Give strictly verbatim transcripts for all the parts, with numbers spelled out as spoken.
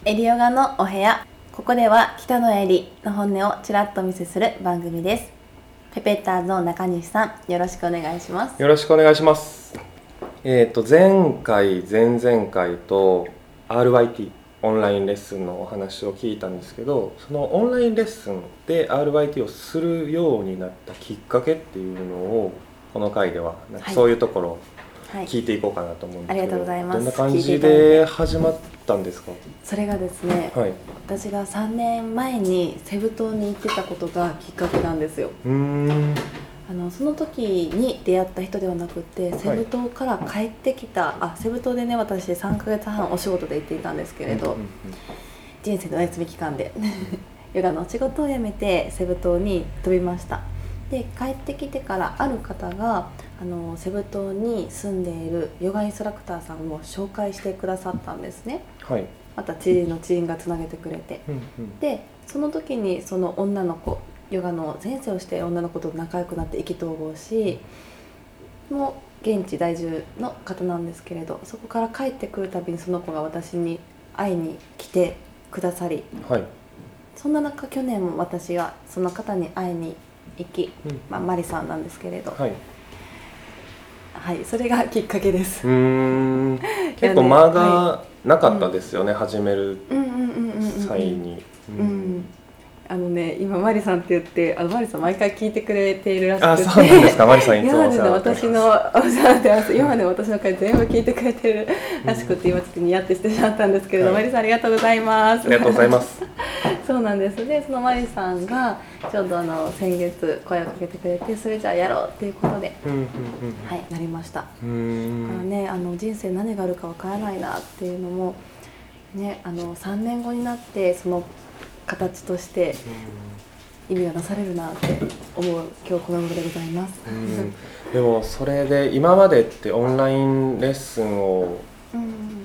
エリヨガのお部屋。ここでは北野エリの本音をちらっとお見せする番組です。ペペッターズの中西さん、よろしくお願いします。 よろしくお願いします。えっと前回前々回と アールワイティー オンラインレッスンのお話を聞いたんですけど、そのオンラインレッスンで アールワイティー をするようになったきっかけっていうのをこの回ではなんかそういうところを聞いていこうかなと思うんですけど、 はい、ありがとうございます。 どんな感じで始まったんですか？ それがですね、はい、私がさんねんまえにセブ島に行ってたことがきっかけなんですよ。 うーんあのその時に出会った人ではなくて、セブ島から帰ってきた、はい、あセブ島でね、私さんかげつはんお仕事で行っていたんですけれど、うんうんうん、人生のお休み期間でヨガのお仕事を辞めてセブ島に飛びました。で帰ってきてからある方があのセブ島に住んでいるヨガインストラクターさんを紹介してくださったんですね、はい、また知人の知人がつなげてくれて、うんうん、でその時にその女の子、ヨガの先生をしている女の子と仲良くなって意気投合し、もう現地在住の方なんですけれど、そこから帰ってくるたびにその子が私に会いに来てくださり、はい、そんな中去年も私がその方に会いに行き、うんまあ、マリさんなんですけれど、はい、はい、それがきっかけです。 うーん結構間がなかったですよね、はい、始める際に。 あのね、今マリさんって言ってあのマリさん毎回聞いてくれているらしくて、 あ、そうなんですか。マリさんいつもお世話になってます。 今までの私のお世話になってます。今までの私の回全部聞いてくれてるらしくて、今ちょっとニヤってしてしまったんですけれど、はい、マリさんありがとうございます。 ありがとうございますそうなんです。でそのマリさんがちょうどあの先月声をかけてくれて、それじゃあやろうっていうことで、うんうんうん、はい、なりました。だからね、あの人生何があるかわからないなっていうのもね、あのさんねんごになってその形として意味がなされるなって思う今日この頃でございます。うん、 でもそれで今までってオンラインレッスンを、うん、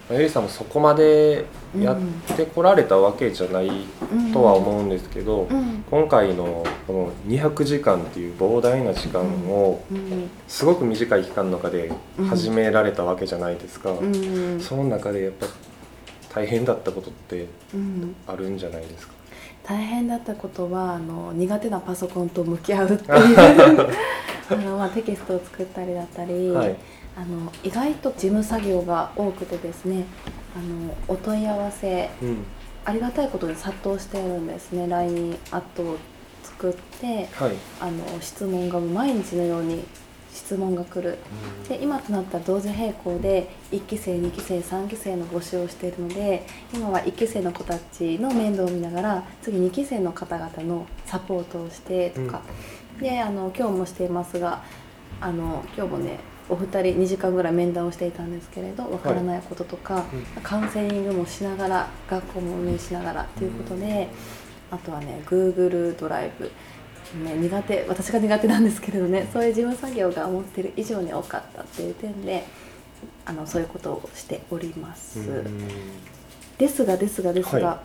ゆりさんもそこまでやってこられたわけじゃないとは思うんですけど、うんうん、今回のこのにひゃくじかんっていう膨大な時間をすごく短い期間の中で始められたわけじゃないですか、うんうん、その中でやっぱ大変だったことってあるんじゃないですか？ 大変だったことはあの苦手なパソコンと向き合うっていうあの、まあ、テキストを作ったりだったり、はい、あの意外と事務作業が多くてですね、あのお問い合わせ、うん、ありがたいことに殺到しているんですね。 ライン アットを作って、はい、あの質問が毎日のように質問が来る。で今となったら同時並行でいっきせいにきせいさんきせいの募集をしているので、今はいっきせいの子たちの面倒を見ながら次にきせいの方々のサポートをしてとか、うん、であの今日もしていますが、あの今日もねお二人にじかんぐらい面談をしていたんですけれど、わからないこととか、はい、カウンセリングもしながら学校も運営しながらということで、うん、あとはね Google ドライブね、苦手、私が苦手なんですけれどね、そういう事務作業が思っている以上に多かったっていう点で、あのそういうことをしております。ですがですがですが、はい、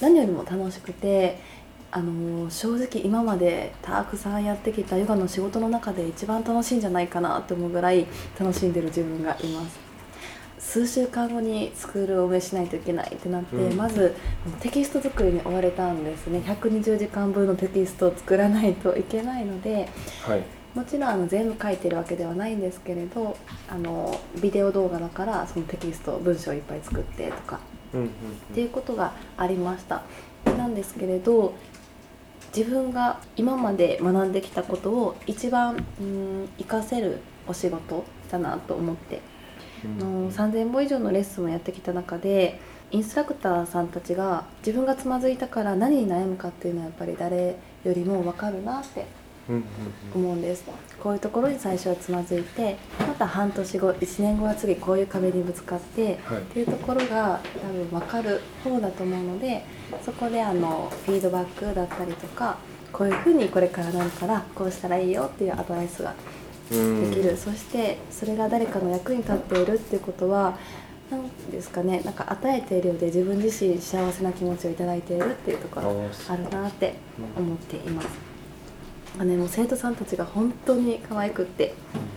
何よりも楽しくて、あの正直今までたくさんやってきたヨガの仕事の中で一番楽しいんじゃないかなと思うぐらい楽しんでる自分がいます。数週間後にスクールを運営しないといけないってなって、うん、まずテキスト作りに追われたんですね。ひゃくにじゅうじかんぶんのテキストを作らないといけないので、はい、もちろんあの全部書いてるわけではないんですけれど、あのビデオ動画だからそのテキスト文章をいっぱい作ってとか、うんうんうん、っていうことがありました。なんですけれど、自分が今まで学んできたことを一番うん活かせるお仕事だなと思って、のさんぜんぼ以上のレッスンをやってきた中で、インストラクターさんたちが自分がつまずいたから何に悩むかっていうのはやっぱり誰よりも分かるなって思うんです。こういうところに最初はつまずいて、また半年後いちねんごは次こういう壁にぶつかって、はい、っていうところが多分分かる方だと思うので、そこであのフィードバックだったりとか、こういうふうにこれからなるからこうしたらいいよっていうアドバイスができる。そしてそれが誰かの役に立っているっていうことは何ですかね、なんか与えているようで自分自身幸せな気持ちをいただいているっていうところあるなって思っています。あ、ね、もう生徒さんたちが本当に可愛くって、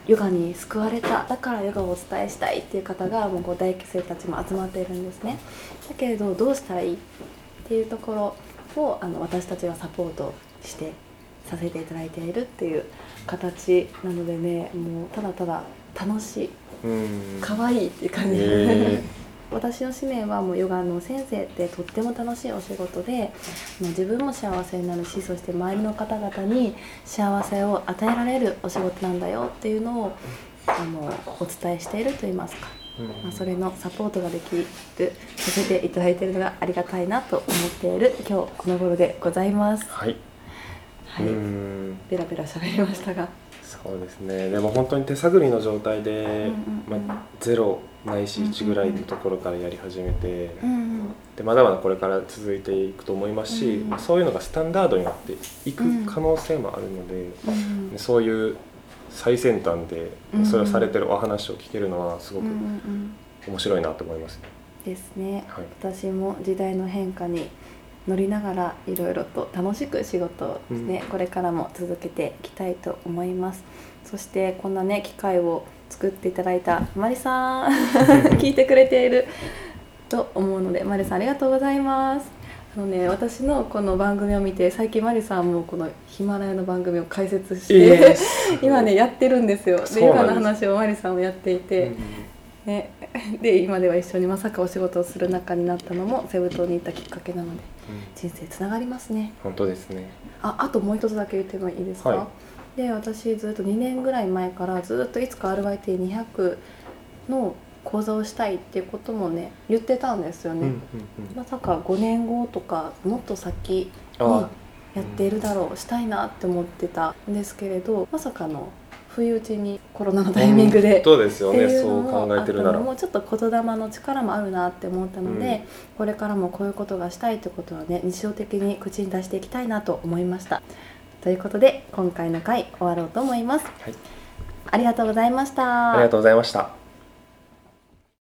ヨガに救われた、だからヨガをお伝えしたいっていう方がもうこう大学生たちも集まっているんですね。だけれどどうしたらいいっていうところをあの私たちがサポートしてさせていただいているっていう形なのでね、もうただただ楽しい、可愛いっていう感じですね。私の使命はもうヨガの先生ってとっても楽しいお仕事で、自分も幸せになるし、そして周りの方々に幸せを与えられるお仕事なんだよっていうのをあのお伝えしているといいますか、うんまあ、それのサポートができるさせていただいているのがありがたいなと思っている今日この頃でございます。 はい、はい、うんベラベラ喋りましたが、 そうですね。でも本当に手探りの状態で、うんうんうんまあ、ゼロないしいちぐらいのところからやり始めて、うんうん、でまだまだこれから続いていくと思いますし、うんうん、そういうのがスタンダードになっていく可能性もあるので、うんうん、そういう最先端でそれをされてるお話を聞けるのはすごく面白いなと思いますね。 ですね、はい、私も時代の変化に乗りながらいろいろと楽しく仕事をですね、うん、これからも続けていきたいと思います。そしてこんなね機会を作っていただいたマリさん聞いてくれていると思うので、マリさんありがとうございます。あのね、私のこの番組を見て最近マリさんもこのヒマラヤの番組を解説して、えー、今ねやってるんですよ。でヨガの話をマリさんもやっていて、うんね、で今では一緒にまさかお仕事をする仲になったのもセブ島に行ったきっかけなので、うん、人生つながりますね。 本当ですね。 あ、あともう一つだけ言ってもいいですか、はい、で私ずっとにねんぐらい前からずっといつか アールワイティーにひゃく の講座をしたいっていうこともね言ってたんですよね、うんうんうん、まさかごねんごとかもっと先にやっているだろう、うん、したいなって思ってたんですけれど、まさかの不意打ちにコロナのタイミングで、 そうですよね、そう考えてるならもうちょっと言霊の力もあるなって思ったので、うん、これからもこういうことがしたいってことはね日常的に口に出していきたいなと思いました。ということで今回の回終わろうと思います、はい、ありがとうございました。 ありがとうございました。